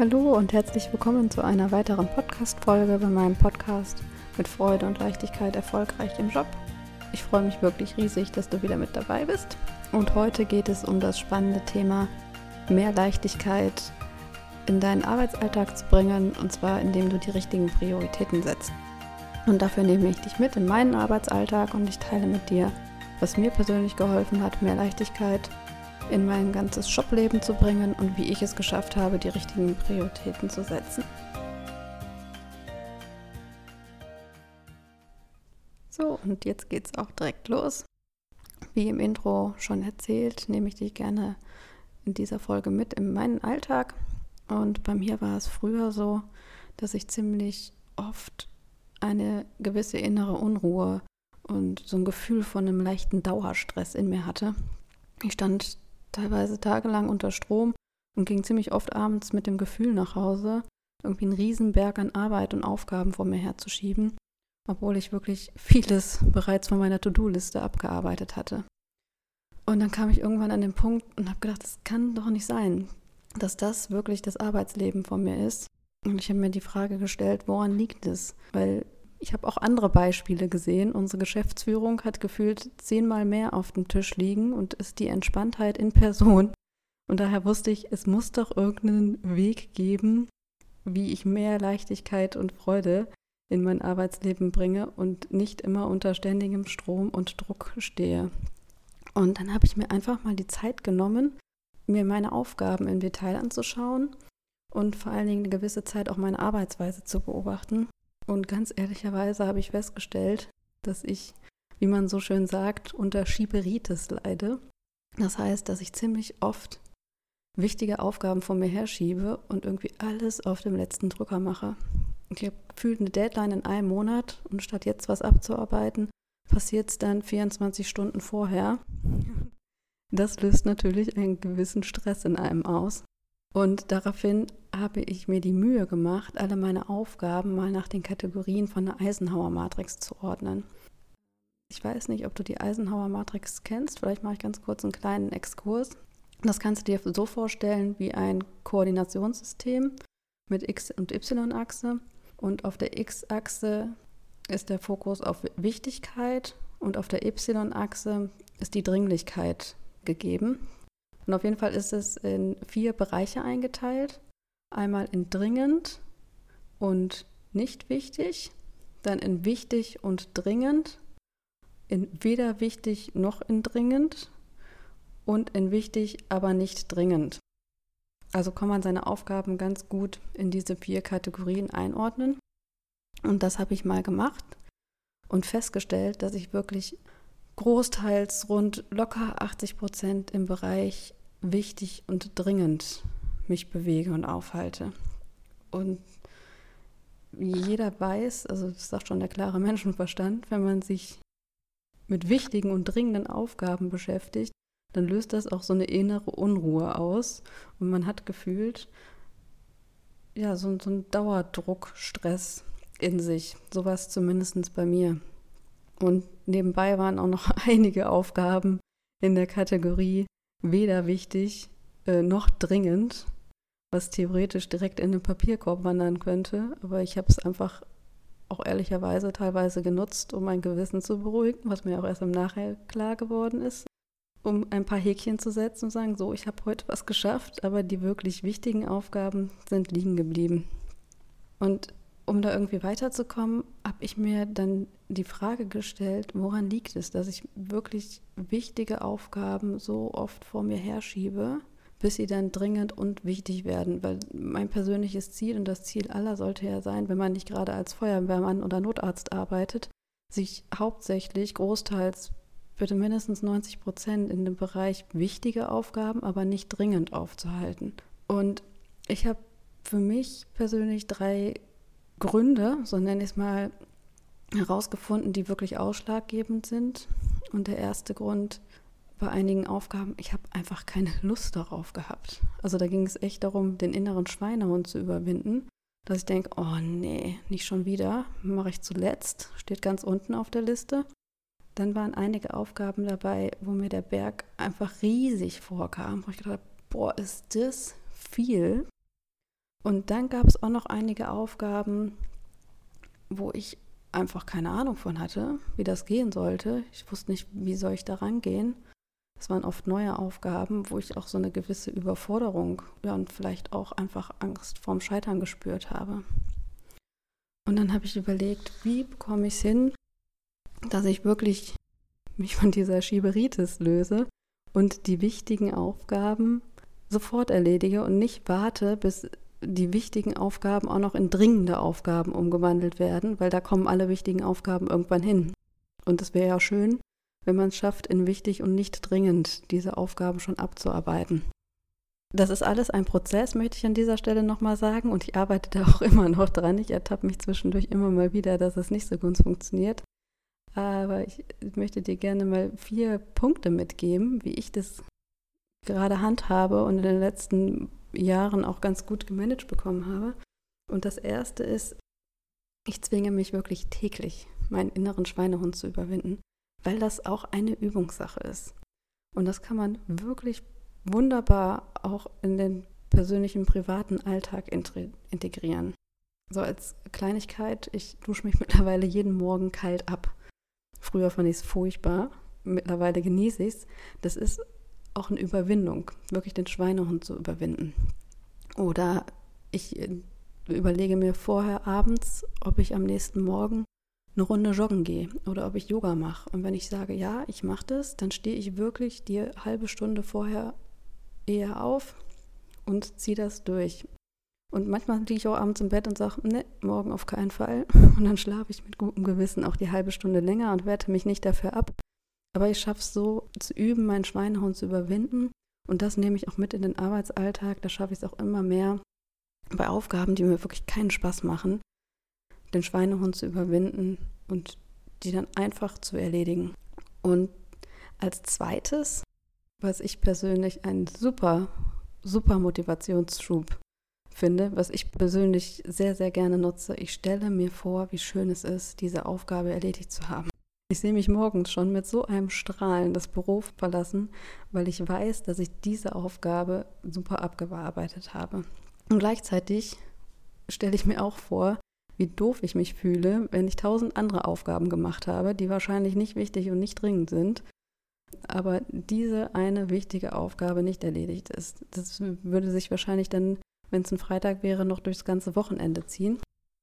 Hallo und herzlich willkommen zu einer weiteren Podcast-Folge bei meinem Podcast mit Freude und Leichtigkeit erfolgreich im Job. Ich freue mich wirklich riesig, dass du wieder mit dabei bist. Und heute geht es um das spannende Thema, mehr Leichtigkeit in deinen Arbeitsalltag zu bringen, und zwar indem du die richtigen Prioritäten setzt. Und dafür nehme ich dich mit in meinen Arbeitsalltag und ich teile mit dir, was mir persönlich geholfen hat, mehr Leichtigkeit in mein ganzes Jobleben zu bringen und wie ich es geschafft habe, die richtigen Prioritäten zu setzen. So, und jetzt geht's auch direkt los. Wie im Intro schon erzählt, nehme ich dich gerne in dieser Folge mit in meinen Alltag. Und bei mir war es früher so, dass ich ziemlich oft eine gewisse innere Unruhe und so ein Gefühl von einem leichten Dauerstress in mir hatte. Ich stand teilweise tagelang unter Strom und ging ziemlich oft abends mit dem Gefühl nach Hause, irgendwie einen Riesenberg an Arbeit und Aufgaben vor mir herzuschieben, obwohl ich wirklich vieles bereits von meiner To-Do-Liste abgearbeitet hatte. Und dann kam ich irgendwann an den Punkt und habe gedacht, das kann doch nicht sein, dass das wirklich das Arbeitsleben von mir ist. Und ich habe mir die Frage gestellt, woran liegt es? Weil ich habe auch andere Beispiele gesehen. Unsere Geschäftsführung hat gefühlt 10-mal mehr auf dem Tisch liegen und ist die Entspanntheit in Person. Und daher wusste ich, es muss doch irgendeinen Weg geben, wie ich mehr Leichtigkeit und Freude in mein Arbeitsleben bringe und nicht immer unter ständigem Strom und Druck stehe. Und dann habe ich mir einfach mal die Zeit genommen, mir meine Aufgaben im Detail anzuschauen und vor allen Dingen eine gewisse Zeit auch meine Arbeitsweise zu beobachten. Und ganz ehrlicherweise habe ich festgestellt, dass ich, wie man so schön sagt, unter Schieberitis leide. Das heißt, dass ich ziemlich oft wichtige Aufgaben vor mir herschiebe und irgendwie alles auf dem letzten Drücker mache. Ich habe gefühlt eine Deadline in einem Monat und statt jetzt was abzuarbeiten, passiert es dann 24 Stunden vorher. Das löst natürlich einen gewissen Stress in einem aus. Und daraufhin habe ich mir die Mühe gemacht, alle meine Aufgaben mal nach den Kategorien von der Eisenhower-Matrix zu ordnen. Ich weiß nicht, ob du die Eisenhower-Matrix kennst. Vielleicht mache ich ganz kurz einen kleinen Exkurs. Das kannst du dir so vorstellen wie ein Koordinationssystem mit X- und Y-Achse. Und auf der X-Achse ist der Fokus auf Wichtigkeit und auf der Y-Achse ist die Dringlichkeit gegeben. Und auf jeden Fall ist es in 4 Bereiche eingeteilt. Einmal in dringend und nicht wichtig, dann in wichtig und dringend, in weder wichtig noch in dringend und in wichtig, aber nicht dringend. Also kann man seine Aufgaben ganz gut in diese 4 Kategorien einordnen. Und das habe ich mal gemacht und festgestellt, dass ich wirklich großteils rund locker 80% im Bereich wichtig und dringend mich bewege und aufhalte. Und wie jeder weiß, also das sagt schon der klare Menschenverstand, wenn man sich mit wichtigen und dringenden Aufgaben beschäftigt, dann löst das auch so eine innere Unruhe aus und man hat gefühlt ja so einen Dauerdruckstress in sich, sowas zumindest bei mir. Und nebenbei waren auch noch einige Aufgaben in der Kategorie weder wichtig noch dringend, was theoretisch direkt in den Papierkorb wandern könnte. Aber ich habe es einfach auch ehrlicherweise teilweise genutzt, um mein Gewissen zu beruhigen, was mir auch erst im Nachhinein klar geworden ist, um ein paar Häkchen zu setzen und sagen, so, ich habe heute was geschafft, aber die wirklich wichtigen Aufgaben sind liegen geblieben. Und um da irgendwie weiterzukommen, habe ich mir dann die Frage gestellt, woran liegt es, dass ich wirklich wichtige Aufgaben so oft vor mir herschiebe, bis sie dann dringend und wichtig werden. Weil mein persönliches Ziel und das Ziel aller sollte ja sein, wenn man nicht gerade als Feuerwehrmann oder Notarzt arbeitet, sich hauptsächlich großteils, bitte mindestens 90% in dem Bereich wichtige Aufgaben, aber nicht dringend aufzuhalten. Und ich habe für mich persönlich 3 Gründe, so nenne ich es mal, herausgefunden, die wirklich ausschlaggebend sind. Und der erste Grund bei einigen Aufgaben, ich habe einfach keine Lust darauf gehabt. Also da ging es echt darum, den inneren Schweinehund zu überwinden, dass ich denke, oh nee, nicht schon wieder, mache ich zuletzt, steht ganz unten auf der Liste. Dann waren einige Aufgaben dabei, wo mir der Berg einfach riesig vorkam, wo ich gedacht habe, boah, ist das viel. Und dann gab es auch noch einige Aufgaben, wo ich einfach keine Ahnung von hatte, wie das gehen sollte. Ich wusste nicht, wie soll ich da rangehen. Es waren oft neue Aufgaben, wo ich auch so eine gewisse Überforderung, ja, und vielleicht auch einfach Angst vorm Scheitern gespürt habe. Und dann habe ich überlegt, wie bekomme ich es hin, dass ich wirklich mich von dieser Schieberitis löse und die wichtigen Aufgaben sofort erledige und nicht warte, bis die wichtigen Aufgaben auch noch in dringende Aufgaben umgewandelt werden, weil da kommen alle wichtigen Aufgaben irgendwann hin. Und es wäre ja schön, wenn man es schafft, in wichtig und nicht dringend diese Aufgaben schon abzuarbeiten. Das ist alles ein Prozess, möchte ich an dieser Stelle nochmal sagen, und ich arbeite da auch immer noch dran. Ich ertappe mich zwischendurch immer mal wieder, dass es nicht so gut funktioniert. Aber ich möchte dir gerne mal 4 Punkte mitgeben, wie ich das gerade handhabe und in den letzten Jahren auch ganz gut gemanagt bekommen habe. Und das erste ist, ich zwinge mich wirklich täglich, meinen inneren Schweinehund zu überwinden, weil das auch eine Übungssache ist. Und das kann man wirklich wunderbar auch in den persönlichen, privaten Alltag integrieren. So als Kleinigkeit, ich dusche mich mittlerweile jeden Morgen kalt ab. Früher fand ich es furchtbar, mittlerweile genieße ich es. Das ist auch eine Überwindung, wirklich den Schweinehund zu überwinden. Oder ich überlege mir vorher abends, ob ich am nächsten Morgen eine Runde joggen gehe oder ob ich Yoga mache. Und wenn ich sage, ja, ich mache das, dann stehe ich wirklich die halbe Stunde vorher eher auf und ziehe das durch. Und manchmal liege ich auch abends im Bett und sage, ne, morgen auf keinen Fall. Und dann schlafe ich mit gutem Gewissen auch die halbe Stunde länger und werte mich nicht dafür ab. Aber ich schaffe es so zu üben, meinen Schweinehund zu überwinden. Und das nehme ich auch mit in den Arbeitsalltag. Da schaffe ich es auch immer mehr, bei Aufgaben, die mir wirklich keinen Spaß machen, den Schweinehund zu überwinden und die dann einfach zu erledigen. Und als zweites, was ich persönlich einen super, super Motivationsschub finde, was ich persönlich sehr, sehr gerne nutze, ich stelle mir vor, wie schön es ist, diese Aufgabe erledigt zu haben. Ich sehe mich morgens schon mit so einem Strahlen das Büro verlassen, weil ich weiß, dass ich diese Aufgabe super abgearbeitet habe. Und gleichzeitig stelle ich mir auch vor, wie doof ich mich fühle, wenn ich 1000 andere Aufgaben gemacht habe, die wahrscheinlich nicht wichtig und nicht dringend sind, aber diese eine wichtige Aufgabe nicht erledigt ist. Das würde sich wahrscheinlich dann, wenn es ein Freitag wäre, noch durchs ganze Wochenende ziehen.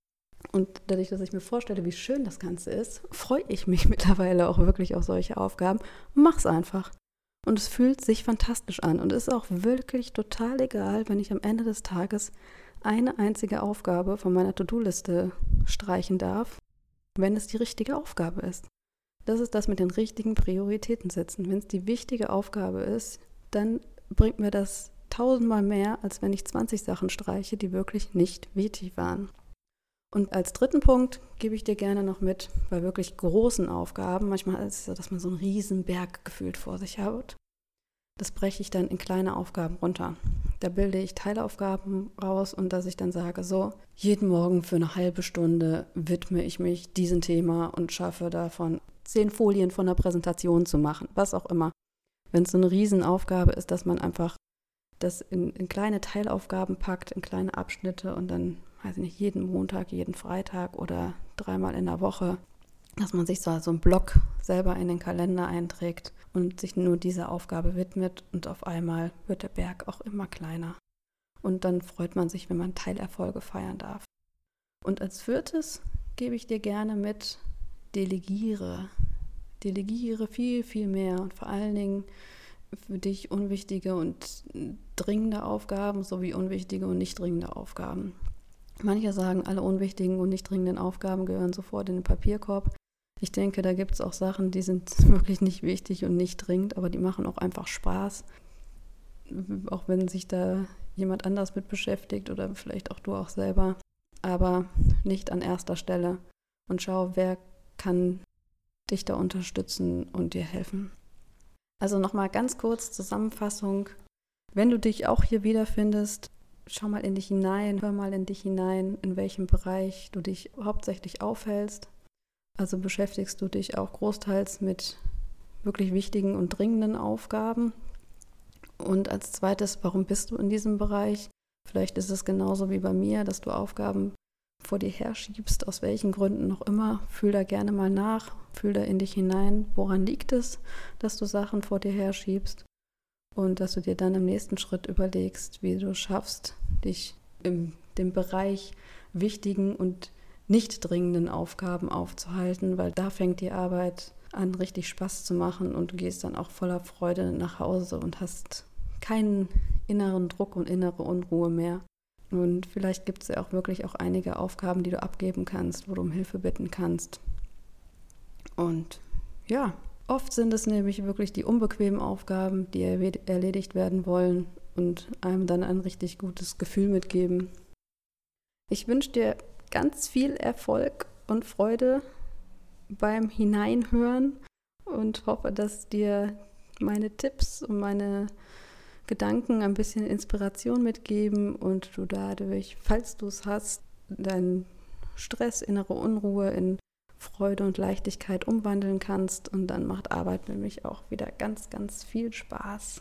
Und dadurch, dass ich mir vorstelle, wie schön das Ganze ist, freue ich mich mittlerweile auch wirklich auf solche Aufgaben und mache es einfach. Und es fühlt sich fantastisch an und ist auch wirklich total egal, wenn ich am Ende des Tages eine einzige Aufgabe von meiner To-Do-Liste streichen darf, wenn es die richtige Aufgabe ist. Das ist das mit den richtigen Prioritäten setzen. Wenn es die wichtige Aufgabe ist, dann bringt mir das 1000-mal mehr, als wenn ich 20 Sachen streiche, die wirklich nicht wichtig waren. Und als dritten Punkt gebe ich dir gerne noch mit, bei wirklich großen Aufgaben, manchmal ist es so, dass man so einen riesen Berg gefühlt vor sich hat. Das breche ich dann in kleine Aufgaben runter. Da bilde ich Teilaufgaben raus und dass ich dann sage, so, jeden Morgen für eine halbe Stunde widme ich mich diesem Thema und schaffe davon 10 Folien von einer Präsentation zu machen, was auch immer. Wenn es so eine Riesenaufgabe ist, dass man einfach das in kleine Teilaufgaben packt, in kleine Abschnitte und dann, weiß ich nicht, jeden Montag, jeden Freitag oder 3-mal in der Woche, dass man sich so einen Block selber in den Kalender einträgt und sich nur dieser Aufgabe widmet und auf einmal wird der Berg auch immer kleiner. Und dann freut man sich, wenn man Teilerfolge feiern darf. Und als viertes gebe ich dir gerne mit, delegiere. Delegiere viel, viel mehr und vor allen Dingen für dich unwichtige und dringende Aufgaben sowie unwichtige und nicht dringende Aufgaben. Manche sagen, alle unwichtigen und nicht dringenden Aufgaben gehören sofort in den Papierkorb. Ich denke, da gibt es auch Sachen, die sind wirklich nicht wichtig und nicht dringend, aber die machen auch einfach Spaß. Auch wenn sich da jemand anders mit beschäftigt oder vielleicht auch du auch selber. Aber nicht an erster Stelle. Und schau, wer kann dich da unterstützen und dir helfen. Also nochmal ganz kurz Zusammenfassung. Wenn du dich auch hier wiederfindest, schau mal in dich hinein, hör mal in dich hinein, in welchem Bereich du dich hauptsächlich aufhältst. Also beschäftigst du dich auch großteils mit wirklich wichtigen und dringenden Aufgaben. Und als zweites, warum bist du in diesem Bereich? Vielleicht ist es genauso wie bei mir, dass du Aufgaben vor dir herschiebst, aus welchen Gründen noch immer. Fühl da gerne mal nach, fühl da in dich hinein, woran liegt es, dass du Sachen vor dir herschiebst und dass du dir dann im nächsten Schritt überlegst, wie du schaffst, dich in dem Bereich wichtigen und nicht dringenden Aufgaben aufzuhalten, weil da fängt die Arbeit an, richtig Spaß zu machen und du gehst dann auch voller Freude nach Hause und hast keinen inneren Druck und innere Unruhe mehr. Und vielleicht gibt es ja auch wirklich auch einige Aufgaben, die du abgeben kannst, wo du um Hilfe bitten kannst. Und ja, oft sind es nämlich wirklich die unbequemen Aufgaben, die erledigt werden wollen und einem dann ein richtig gutes Gefühl mitgeben. Ich wünsche dir ganz viel Erfolg und Freude beim Hineinhören und hoffe, dass dir meine Tipps und meine Gedanken ein bisschen Inspiration mitgeben und du dadurch, falls du es hast, deinen Stress, innere Unruhe in Freude und Leichtigkeit umwandeln kannst und dann macht Arbeit nämlich auch wieder ganz, ganz viel Spaß.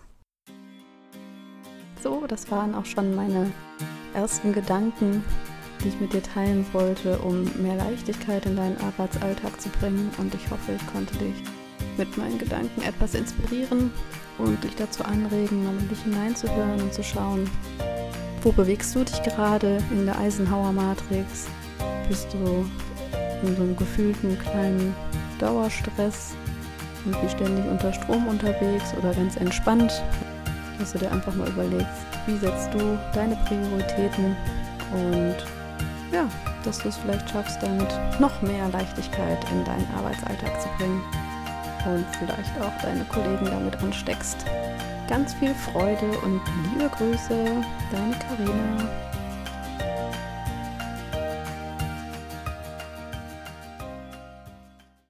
So, das waren auch schon meine ersten Gedanken, die ich mit dir teilen wollte, um mehr Leichtigkeit in deinen Arbeitsalltag zu bringen und ich hoffe, ich konnte dich mit meinen Gedanken etwas inspirieren und dich dazu anregen, mal in dich hineinzuhören und zu schauen, wo bewegst du dich gerade in der Eisenhower-Matrix? Bist du in so einem gefühlten kleinen Dauerstress und wie ständig unter Strom unterwegs oder ganz entspannt? Dass du dir einfach mal überlegst, wie setzt du deine Prioritäten und ja, dass du es vielleicht schaffst, damit noch mehr Leichtigkeit in deinen Arbeitsalltag zu bringen. Und vielleicht auch deine Kollegen damit ansteckst. Ganz viel Freude und liebe Grüße, deine Carina.